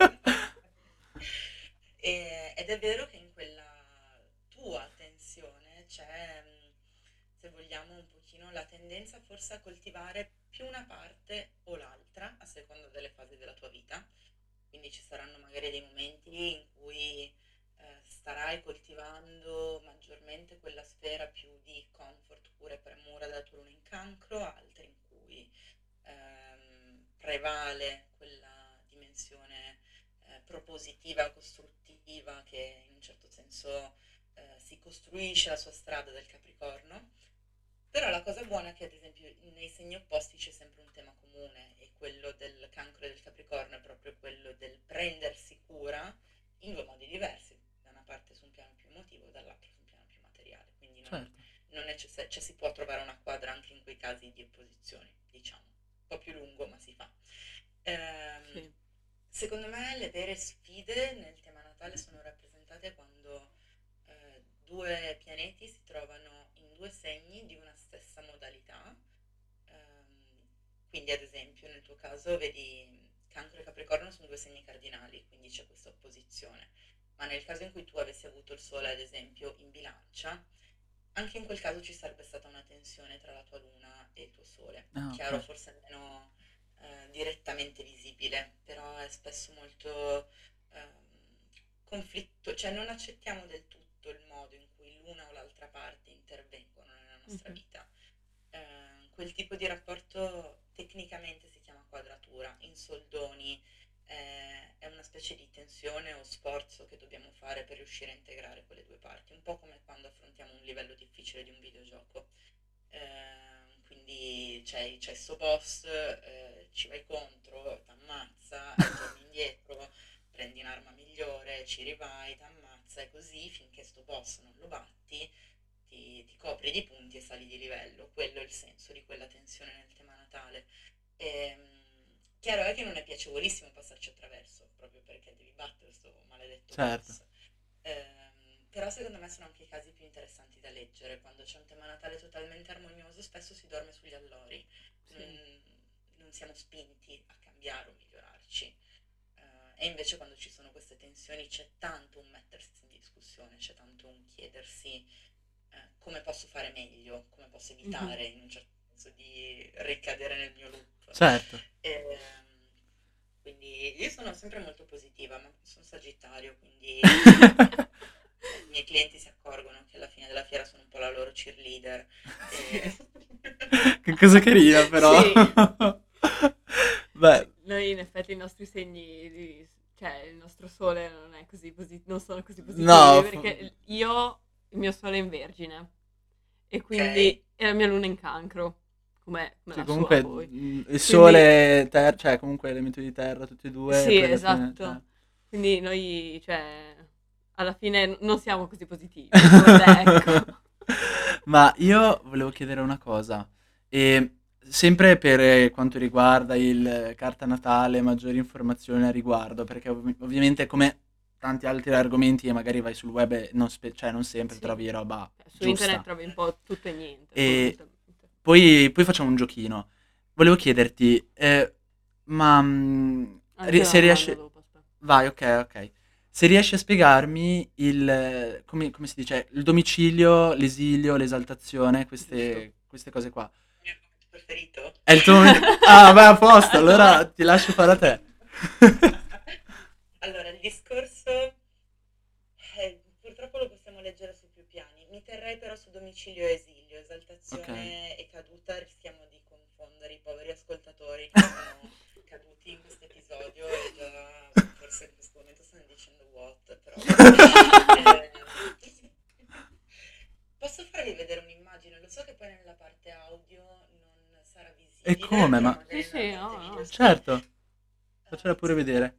E- ed è vero che in quella tua tensione c'è, mh, se vogliamo, un pochino la tendenza forse a coltivare più una parte o l'altra, a seconda delle fasi della tua vita. Quindi ci saranno magari dei momenti in cui eh, starai coltivando maggiormente quella sfera più di comfort, cura e premura della tua luna in Cancro, altri in cui ehm, prevale quella dimensione eh, propositiva, costruttiva che in un certo senso eh, si costruisce la sua strada del Capricorno. Però la cosa buona è che ad esempio nei segni opposti c'è sempre un tema comune e quello del Cancro e del Capricorno è proprio quello del prendersi cura in due modi diversi, da una parte su un piano più emotivo, dall'altro su un piano più materiale, quindi non, Certo. non necess- cioè, si può trovare una quadra anche in quei casi di opposizione, diciamo, un po' più lungo ma si fa. Ehm, Sì. Secondo me le vere sfide nel tema natale sono rappresentate quando eh, due pianeti si trovano in due segni di una stessa modalità, quindi ad esempio nel tuo caso vedi Cancro e Capricorno sono due segni cardinali, quindi c'è questa opposizione, ma nel caso in cui tu avessi avuto il Sole ad esempio in Bilancia, anche in quel caso ci sarebbe stata una tensione tra la tua Luna e il tuo Sole. Ah, Chiaro, ok. forse meno eh, direttamente visibile, però è spesso molto ehm, conflitto, cioè non accettiamo del tutto il modo in cui l'una o l'altra parte intervengono nella nostra Mhm. vita. Eh, quel tipo di rapporto tecnicamente si chiama quadratura, in soldoni eh, è una specie di tensione o sforzo che dobbiamo fare per riuscire a integrare quelle due parti, un po' come quando affrontiamo un livello difficile di un videogioco. Eh, quindi c'è, c'è sto boss, eh, ci vai contro, ti ammazza, e torni indietro, prendi un'arma migliore, ci rivai, ti ammazza e così finché sto boss non lo batti, ti, ti copri di punti e sali di livello. Quello è il senso di quella tensione nel tema natale. Ehm, chiaro è che non è piacevolissimo passarci attraverso, proprio perché devi battere questo maledetto Certo, boss. Ehm, però secondo me sono anche i casi più interessanti da leggere. Quando c'è un tema natale totalmente armonioso, spesso si dorme sugli allori. Sì. Non, non siamo spinti a cambiare o migliorarci. Eh, e invece quando ci sono queste tensioni c'è tanto un mettersi in discussione, c'è tanto un chiedersi eh, come posso fare meglio, come posso Mhm. evitare in un certo senso di ricadere nel mio loop. certo. Ehm, quindi io sono sempre molto positiva, ma sono Sagittario, quindi eh, i miei clienti si accorgono che alla fine della fiera sono un po' la loro cheerleader. E... Sì. Che cosa carina però. Sì. Beh, Noi in effetti i nostri segni, di- cioè il nostro sole non è così posi- non sono così positivi no, perché f- io, il mio sole è in Vergine e Ok, quindi e la mia luna è in Cancro, come, come sì, la sua comunque poi. mh, il Quindi sole, ter- cioè comunque elemento di terra, tutti e due, sì, poi alla fine, cioè... esatto. Quindi noi, cioè, alla fine n- non siamo così positivi, forse ecco. Ma io volevo chiedere una cosa, e sempre per eh, quanto riguarda il carta natale, maggiori informazioni a riguardo, perché ov- ovviamente come tanti altri argomenti e magari vai sul web e non, spe- cioè non sempre Sì. trovi roba Cioè, su internet giusta. trovi un po' tutto e niente, E fondamentalmente. poi, poi facciamo un giochino. Volevo chiederti, eh, ma mm, Anche ri- una se domanda riesci... dopo, aspetta. Vai, ok, ok. Se riesci a spiegarmi il, come, come si dice, il domicilio, l'esilio, l'esaltazione, Giusto. queste, queste cose qua. il mio momento preferito. È il tuo momento... Ah, vai a posto, allora ti lascio fare a te. Allora, il discorso eh, purtroppo lo possiamo leggere su più piani. Mi terrei però su domicilio e esilio, Ok. esaltazione e caduta, rischiamo di confondere i poveri ascoltatori che sono caduti in questo episodio e già forse in questo momento stanno dicendo what, però vabbè. Eh, posso farvi vedere un'immagine? Lo so che poi nella parte audio non sarà E visibile, come? però Ma Sì, magari nella sì, parte no, video no. sì. certo, faccela pure Ehm, vedere.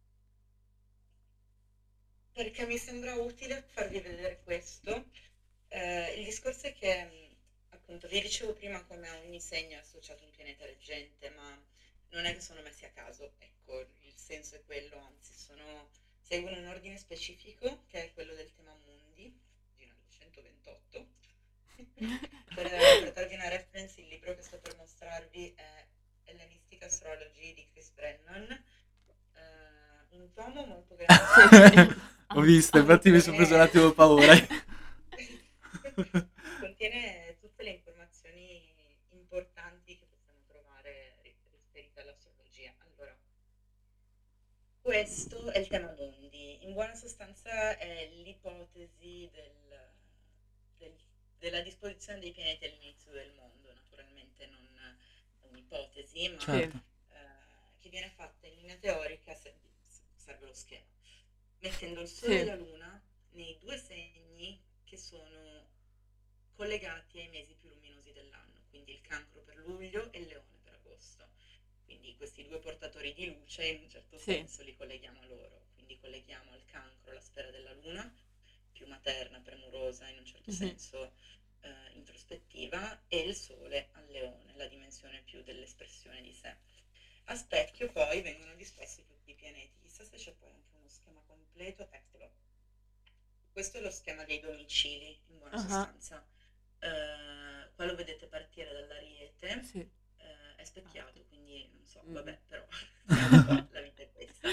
perché mi sembra utile farvi vedere questo. Eh, il discorso è che, mh, appunto, vi dicevo prima come a ogni segno è associato un pianeta reggente, ma non è che sono messi a caso, ecco, il senso è quello, anzi, sono, seguono un ordine specifico, che è quello del tema mundi, pagina duecentoventotto. Per, per darvi una reference, il libro che sto per mostrarvi è Hellenistic Astrology di Chris Brennan, eh, un tomo molto Sì, grande, Ho visto, infatti mi sono preso un contiene, attimo paura. contiene tutte le informazioni importanti che possiamo trovare ri- riferite all'astrologia. Allora, questo è il tema mundi, in buona sostanza è l'ipotesi del- del- della disposizione dei pianeti all'inizio del mondo, naturalmente non è un'ipotesi, ma sì. Certo. eh, che viene fatta in linea teorica, se- serve lo schema, mettendo il Sole e Sì. la Luna nei due segni che sono collegati ai mesi più luminosi dell'anno, quindi il Cancro per luglio e il Leone per agosto. Quindi questi due portatori di luce in un certo Sì. senso li colleghiamo a loro, quindi colleghiamo al Cancro la sfera della Luna, più materna, premurosa, in un certo Mhm. senso eh, introspettiva, e il Sole al Leone, la dimensione più dell'espressione di sé. A specchio poi vengono disposti tutti i pianeti, chissà se c'è poi anche uno schema completo, eccolo. Questo è lo schema dei domicili, in buona Ah, sostanza. Eh, qua lo vedete partire dall'Ariete, sì. eh, è specchiato, quindi Mm. vabbè, però siamo qua, la vita è questa.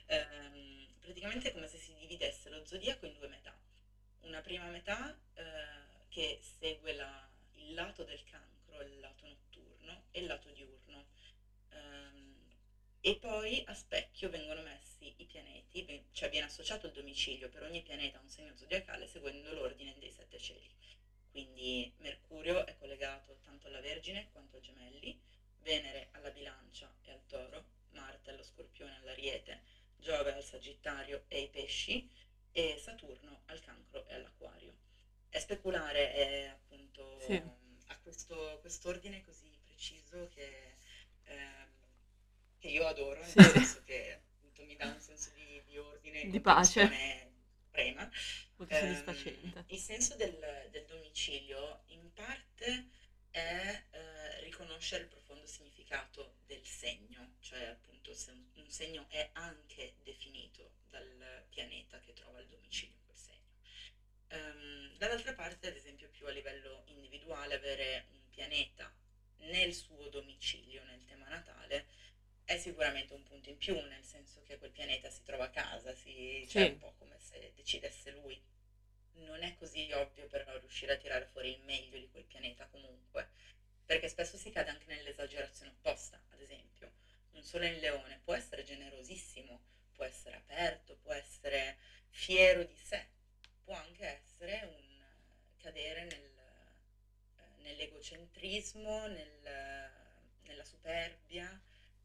Ehm, praticamente è come se si dividesse lo zodiaco in due metà. Una prima metà eh, che segue la- il lato del cancro, il lato notturno, e il lato diurno. Ehm, e poi a specchio vengono messi i pianeti, ve- cioè viene associato il domicilio per ogni pianeta a un segno zodiacale seguendo l'ordine dei sette cieli. Quindi Mercurio è collegato tanto alla Vergine quanto ai Gemelli, Venere alla Bilancia e al Toro, Marte allo Scorpione e all'Ariete, Giove al Sagittario e ai Pesci e Saturno al Cancro e all'Acquario. È speculare, è appunto Sì, ha questo quest'ordine così preciso che, ehm, che io adoro, sì, nel senso che appunto mi dà un senso di, di ordine e di pace, comprensione suprema. molto Ehm, soddisfacente. il senso del, del domicilio in parte è eh, riconoscere il profondo significato del segno, cioè appunto se un, un segno è anche definito dal pianeta che trova il domicilio in quel segno. Ehm, dall'altra parte, ad esempio, più a livello individuale, avere un pianeta nel suo domicilio, nel tema natale, è sicuramente un punto in più, nel senso che quel pianeta si trova a casa, si, cioè è un Sì, po' come se decidesse lui. Non è così ovvio però riuscire a tirare fuori il meglio di quel pianeta comunque, perché spesso si cade anche nell'esagerazione opposta, ad esempio. Un sole in leone può essere generosissimo, può essere aperto, può essere fiero di sé, può anche essere un cadere nel, eh, nell'egocentrismo, nel- nella superbia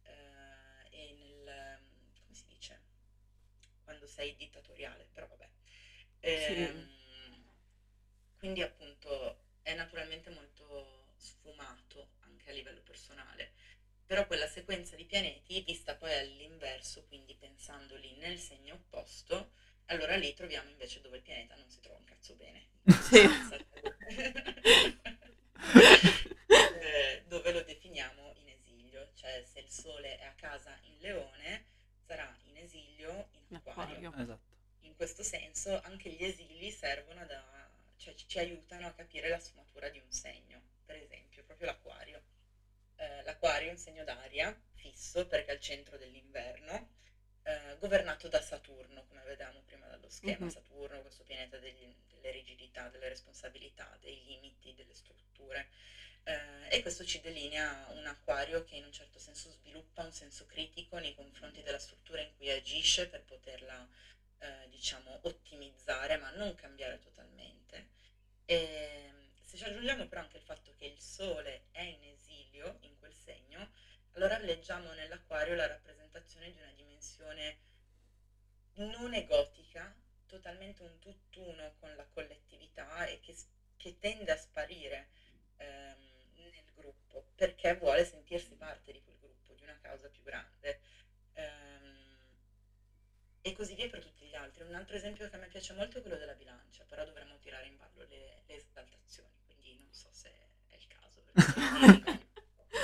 eh, e nel, come si dice, quando sei dittatoriale, però vabbè. sì, Ehm, quindi appunto è naturalmente molto sfumato anche a livello personale, però quella sequenza di pianeti, vista poi all'inverso, quindi pensandoli nel segno opposto, allora lì troviamo invece dove il pianeta non si trova un cazzo bene, in buona sì. sostanza. Eh, dove lo definiamo in esilio, cioè se il Sole è a casa in Leone, sarà in esilio in In Acquario. acquario. Esatto. In questo senso anche gli esili servono da, cioè ci ci aiutano a capire la sfumatura di un segno, per esempio, proprio l'Acquario. Eh, L'Acquario è un segno d'aria, fisso, perché è al centro dell'inverno, eh, governato da Saturno, come vedevamo prima dallo schema. Mhm. Saturno, questo pianeta degli- delle rigidità, delle responsabilità, dei limiti, delle strutture. Eh, e questo ci delinea un acquario che in un certo senso sviluppa un senso critico nei confronti della struttura in cui agisce per poterla, eh, diciamo, ottimizzare, ma non cambiare totalmente. E se ci aggiungiamo però anche il fatto che il Sole è in esilio in quel segno, allora leggiamo nell'acquario la rappresentazione di una dimensione non egotica, totalmente un tutt'uno con la collettività e che, s- che tende a sparire ehm, nel gruppo perché vuole sentirsi parte di quel gruppo, di una causa più grande. Ehm, e così via per tutti gli altri. Un altro esempio che a me piace molto è quello della bilancia, però dovremmo tirare in ballo le, le esaltazioni, quindi non so se è il caso, perché sennò non voglio.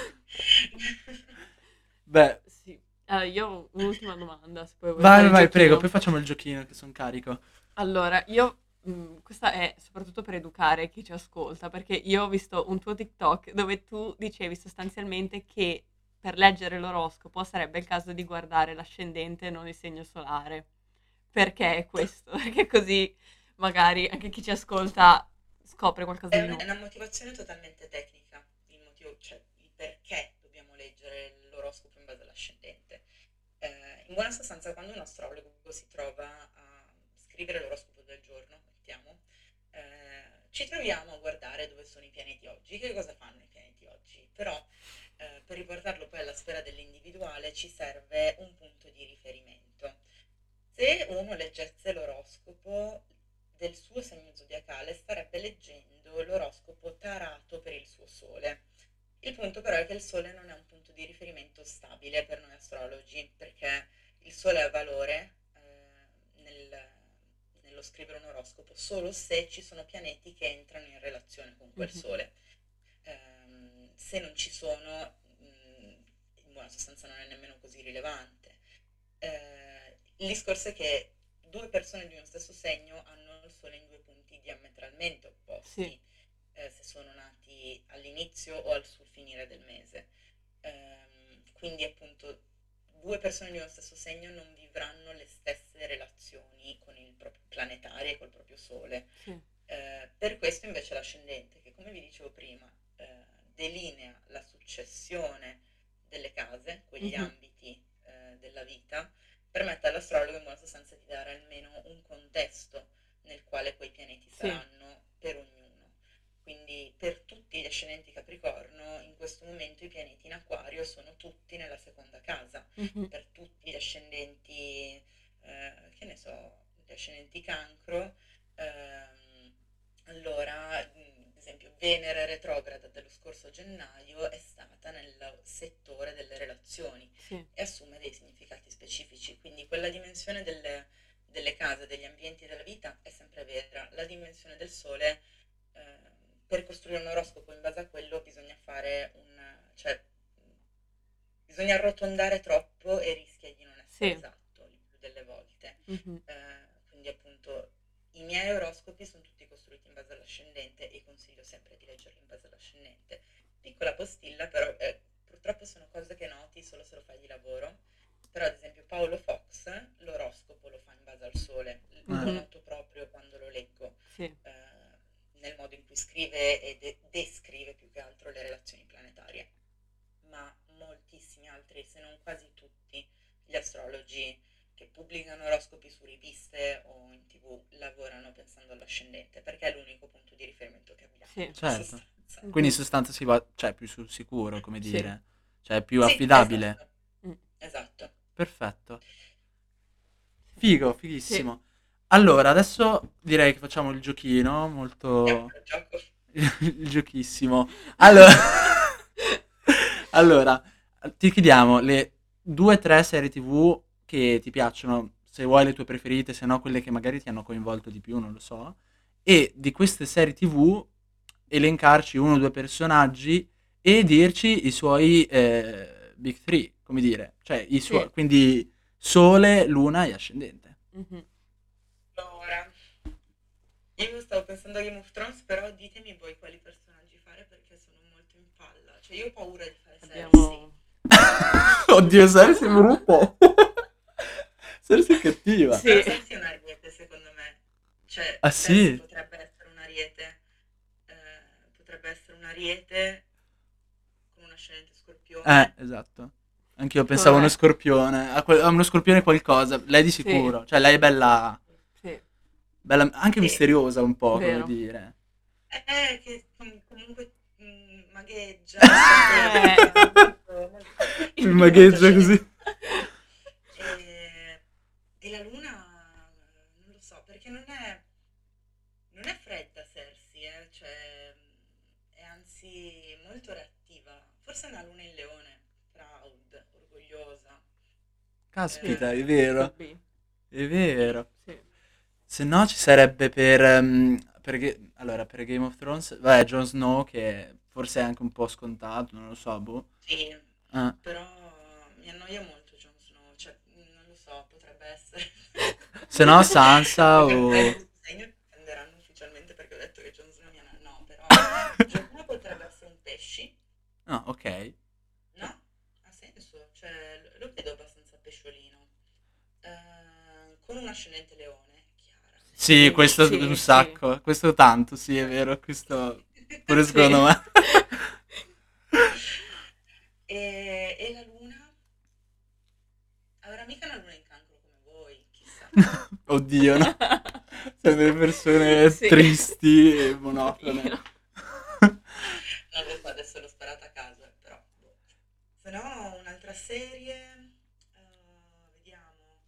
Beh, Sì. Allora, io ho un'ultima domanda, se poi vuoi vai, fare vai, il vai, prego, giochino. poi facciamo il giochino che sono carico. Allora, io, mh, questa è soprattutto per educare chi ci ascolta, perché io ho visto un tuo TikTok dove tu dicevi sostanzialmente che per leggere l'oroscopo sarebbe il caso di guardare l'ascendente e non il segno solare. Perché è questo? Perché così magari anche chi ci ascolta scopre qualcosa È di una, è nuovo. una motivazione totalmente tecnica, il motivo, cioè il perché dobbiamo leggere l'oroscopo in base all'ascendente. Eh, in buona sostanza, quando un astrologo si trova a scrivere l'oroscopo del giorno, mettiamo, eh, ci troviamo a guardare dove sono i pianeti oggi, che cosa fanno i pianeti oggi, però eh, per riportarlo poi alla sfera dell'individuale ci serve un punto di riferimento. Se uno leggesse l'oroscopo del suo segno zodiacale, starebbe leggendo l'oroscopo tarato per il suo sole. Il punto però è che il sole non è un punto di riferimento stabile per noi astrologi, perché il sole ha valore eh, nel- nello scrivere un oroscopo solo se ci sono pianeti che entrano in relazione con quel Mhm. sole. Ehm, se non ci sono, mh, in buona sostanza non è nemmeno così rilevante. Eh, il discorso è che due persone di uno stesso segno hanno il sole in due punti diametralmente Sì. opposti, eh, se sono nati all'inizio o al sul finire del mese. Ehm, quindi appunto due persone di uno stesso segno non vivranno le stesse relazioni con il proprio planetario e col proprio Sole. Sì. Eh, per questo invece l'ascendente, che come vi dicevo prima, eh, delinea la successione delle case, quegli Mhm. ambiti eh, della vita, permette all'astrologo in buona sostanza di dare almeno un contesto nel quale quei pianeti Sì. saranno per ognuno. Quindi per tutti gli ascendenti Capricorno in questo momento i pianeti in Acquario sono tutti nella seconda casa. Mhm. Per tutti gli ascendenti, eh, che ne so, gli ascendenti Cancro, ehm, allora, mh, ad esempio, Venere retrograda dello scorso gennaio è stata nel settore delle relazioni Sì. e assume dei significati specifici. Quindi quella dimensione delle, delle case, degli ambienti della vita è sempre vera. La dimensione del Sole, eh, per costruire un oroscopo in base a quello bisogna fare un... cioè, bisogna arrotondare troppo e rischia di non essere Sì. esatto il più delle volte. Mhm. Eh, quindi appunto i miei oroscopi sono tutti costruiti in base all'ascendente e consiglio sempre di leggerli in base all'ascendente. Piccola postilla, però eh, purtroppo sono cose che noti solo se lo fai di lavoro. Però ad esempio Paolo Fox l'oroscopo lo fa in base al sole, lo Mhm. noto proprio quando lo leggo, Sì. eh, nel modo in cui scrive e de- descrive più che altro le relazioni planetarie. Ma moltissimi altri, se non quasi tutti, gli astrologi che pubblicano oroscopi su riviste o in tv lavorano pensando all'ascendente, perché è l'unico punto di riferimento che abbiamo, Sì. in Certo. sostanza. Mhm. Quindi in sostanza si va, cioè, più sul sicuro, come Sì. dire. Cioè, è più Sì, affidabile. esatto, Mm. esatto. Perfetto. Sì. Figo, Sì. fighissimo. Allora, adesso direi che facciamo il giochino, Andiamo molto... al gioco. il giochissimo. Allora... allora, ti chiediamo le due o tre serie tivù che ti piacciono, se vuoi le tue preferite, se no quelle che magari ti hanno coinvolto di più, non lo so. E di queste serie tivù elencarci uno o due personaggi e dirci i suoi eh, big three, come dire, cioè i suoi, Sì. quindi Sole, Luna e Ascendente. Mhm. Allora, io stavo pensando a Game of Thrones, però ditemi voi quali personaggi fare perché sono molto in palla. Cioè io ho paura di fare Cersei. Abbiamo... Oddio, Cersei è brutta. Cersei è cattiva. Sì. Però Cersei è un ariete secondo me. Cioè, Ah Cersei sì? potrebbe essere un ariete. eh, potrebbe essere un ariete con un ascendente scorpione. Eh, esatto. Anch'io pensavo a uno Vabbè. scorpione, a, que- a uno scorpione qualcosa, lei di Sì. sicuro, cioè lei è bella, Sì. bella anche Sì. misteriosa un po', come Vero. dire. Eh, che com- comunque mm, magheggia. Eh. molto- molto- Mi molto magheggia così. scienza. E, e la luna, non lo so, perché non è, non è fredda Cersei, eh, cioè è anzi molto reattiva. Forse è una luna in leone, proud, orgogliosa. Caspita, è Eh, vero, Could be. è vero. Sì. Se no ci sarebbe per, ehm, per Ga- allora, per Game of Thrones, vabbè, Jon Snow che forse è anche un po' scontato, non lo so, boh. sì, Ah. però mi annoia molto Jon Snow, cioè non lo so, potrebbe essere. Se no Sansa o... Potrebbe- sai, mi prenderanno ufficialmente perché ho detto che Jon Snow mi annoia, no, però Jon Snow potrebbe essere un pesci, Ah, ok. no? Ha senso, cioè lo- lo vedo abbastanza pesciolino. Eh, con un ascendente leone, Chiara. Sì, questo Sì, un sì. sacco, questo tanto, sì, è vero, questo pure Sì. secondo me. E, e la luna? Avrà mica una luna in cancro come voi, chissà. Oddio, no. Sono delle persone Sì. tristi e monotone. Pochino. Non lo so, adesso l'ho sparata a caso, eh, però. boh. Se no, un'altra serie. eh, vediamo.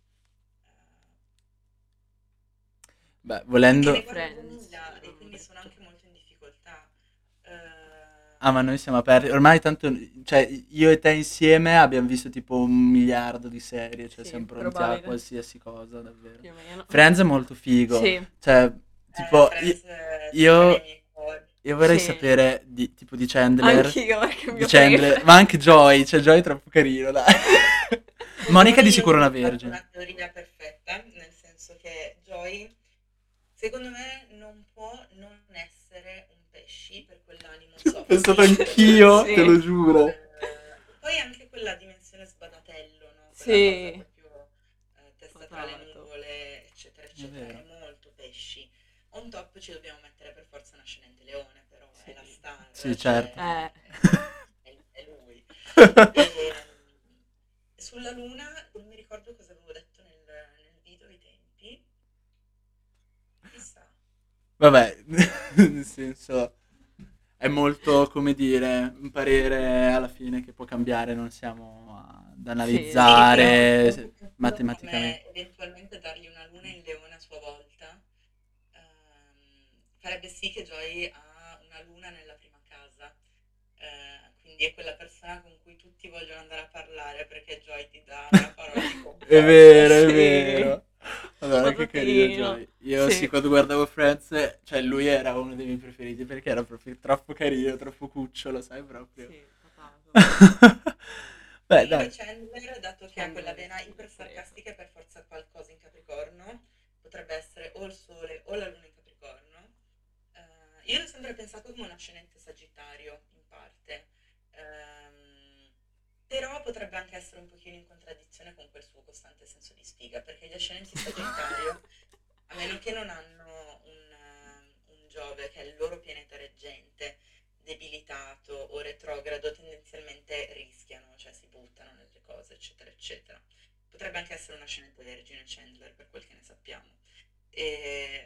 Beh, Eh, perché volendo... ne guardo Friends, duemila e avevo quindi sono detto. anche molto in difficoltà. Ah, ma noi siamo aperti. Ormai tanto, cioè, io e te insieme abbiamo visto tipo un miliardo di serie, cioè Sì, siamo pronti a probabile. qualsiasi cosa, davvero. Più o meno. Friends è molto figo. Sì. Cioè, Eh, tipo, Friends io, eh, io, sta nei miei cuori. io vorrei Sì. sapere di, tipo di Chandler. Anch'io, perché è il Di mio Chandler, preferito. ma anche Joy, cioè Joy è troppo carino, dai. Monica Joy di sicuro io una ho fatto vergine. una teoria perfetta, nel senso che Joy, secondo me, non può non essere un pesci per quell'animo Ci ho soft. pensato anch'io, Sì. te lo giuro. Eh, poi anche quella dimensione quella cosa Sì, proprio eh, testa tra le potato. nuvole, eccetera, È eccetera, è vero. molto pesci. On top ci dobbiamo mettere per forza un ascendente leone, però è Sì. la Sì, star, certo. cioè Eh, è, è- è lui. E mm, sulla luna non mi ricordo cosa avevo detto nel, nel video ai tempi. Chissà. Vabbè, nel senso, è molto, come dire, un parere alla fine che può cambiare, non siamo ad sì, Sì, però analizzare se- pensando matematicamente. come eventualmente dargli una luna in leone a sua volta, ehm, farebbe sì che Joy ha una luna nella prima casa. Eh, quindi è quella persona con cui tutti vogliono andare a parlare perché Joy ti dà una parola di È conforto. vero, è sì, vero. Allora, che carino patatino. Joy. Io sì, Sì, quando guardavo Friends, cioè lui era uno dei miei preferiti perché era proprio troppo carino, troppo cucciolo, sai proprio. sì, potato. Beh, dai. Comunque Chandler, dato che ha quella Chandler vena sì, iper preso. sarcastica e per forza qualcosa in Capricorno, potrebbe essere o il Sole o la Luna in Capricorno. Eh, io l'ho sempre pensato come un ascendente Sagittario, in parte. Ehm, però potrebbe anche essere un pochino in contraddizione con quel suo costante senso di sfiga, perché gli ascendenti Sagittario, a meno che non hanno un, eh, un Giove che è il loro pianeta reggente, debilitato o retrogrado, tendenzialmente rischiano, cioè si buttano nelle cose, eccetera, eccetera. Potrebbe anche essere un ascendente Vergine Chandler, per quel che ne sappiamo. E...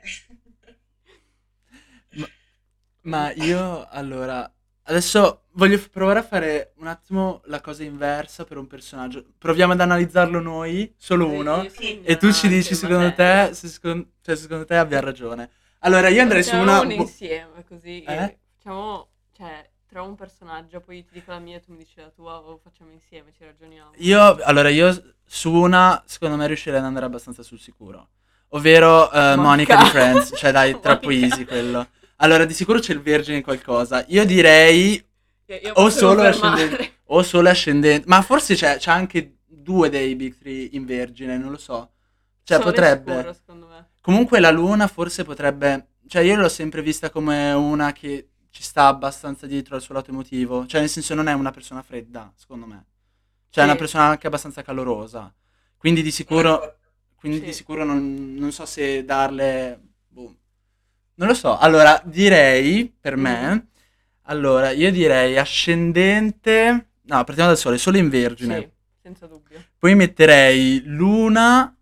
Ma, ma io, allora, adesso voglio f- provare a fare un attimo la cosa inversa per un personaggio. Proviamo ad analizzarlo noi, solo Io, io uno, sono Sì, e tu ci ignorante, dici ma secondo te... te, se secondo, cioè, secondo te abbia ragione. Allora, io andrei su Facciamo una... un boh, insieme, così eh? che... Facciamo... Cioè, trovo un personaggio, poi ti dico la mia e tu mi dici la tua, o facciamo insieme, ci ragioniamo. Io, allora, io su una, secondo me riuscirei ad andare abbastanza sul sicuro. Ovvero eh, Monica Monica. di Friends, cioè dai, troppo Monica. easy quello. Allora, di sicuro c'è il Vergine in qualcosa. Io direi Io, io o posso solo ascendente, confermare. o solo ascendente, ma forse c'è, c'è anche due dei Big Three in Vergine, non lo so. Cioè, Sole sicuro, potrebbe. secondo me. Comunque la Luna forse potrebbe, cioè io l'ho sempre vista come una che ci sta abbastanza dietro al suo lato emotivo, cioè nel senso non è una persona fredda, secondo me. Cioè è una Sì, persona anche abbastanza calorosa. Quindi di sono sicuro, d'accordo. quindi di sì. sicuro non, non so se darle... boh. Non lo so. Allora, direi, per Mhm. me, allora, io direi ascendente... No, partiamo dal Sole, Sole in Vergine. Sì, senza dubbio. Poi metterei Luna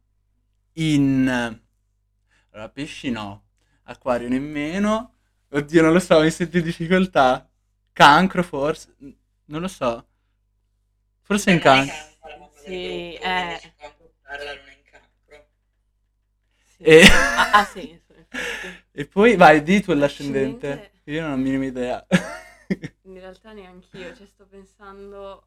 in... Allora, pesci no. Acquario nemmeno. Oddio, non lo so, mi sento in difficoltà. Cancro forse? N- Non lo so. Forse Beh, in Monica cancro. è un po' la mamma del Sì, gruppo, quindi ci eh, può anche stare la luna in cancro. E... sì. Ha, ha senso, in effetti. e poi vai, di tu l'ascendente. Ascendente, Io non ho la minima idea. in realtà neanch'io, ci sto pensando...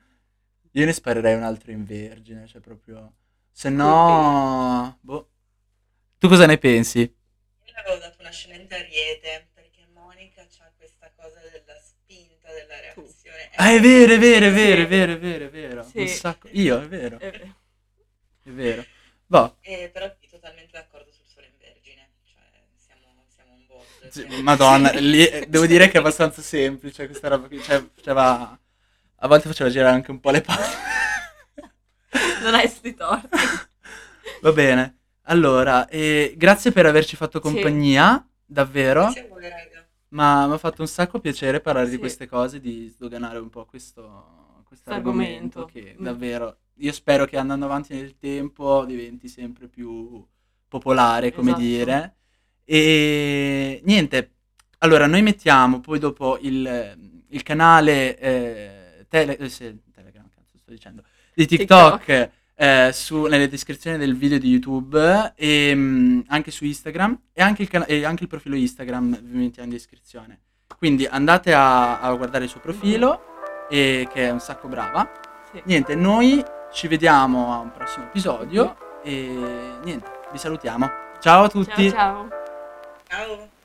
Io ne sparerei un altro in Vergine, cioè proprio... Se Could be. no... Boh. Tu cosa ne pensi? Io le avevo dato un ascendente Ariete, perché Monica ha questa cosa della spinta, della Tu. reazione, è Ah, un è po' vero, è come vero, è te. vero, è Sì, vero, è vero, è vero. Un sì. sacco... Io, è vero, Eh, è vero. Boh. Eh, però sì, totalmente d'accordo sul sole in Vergine, cioè siamo, siamo on board, Sì, siamo Madonna, sì. lì, eh, devo dire che è abbastanza semplice questa roba qui, cioè faceva, a volte faceva girare anche un po' le palle. Non hai sti torti. Va bene, allora, eh, grazie per averci fatto Sì, compagnia, davvero, Grazie a voi, raga. ma mi ha fatto un sacco piacere parlare di sì, queste cose, di sdoganare un po' questo, questo questo argomento argomento. che Mm, davvero, io spero che andando avanti nel tempo diventi sempre più popolare, come esatto. dire. E niente, allora noi mettiamo poi dopo il, il canale eh, tele- eh, sì, Telegram, cazzo sto dicendo, di TikTok. TikTok eh, su- nelle descrizioni del video di YouTube e mm, anche su Instagram e anche il, cana- e anche il profilo Instagram vi mettiamo in descrizione. Quindi andate a, a guardare il suo Mhm, profilo e, che è un sacco brava. sì. Niente, noi ci vediamo a un prossimo Mhm. episodio e niente, vi salutiamo. Ciao a Ciao tutti! ciao. Ciao.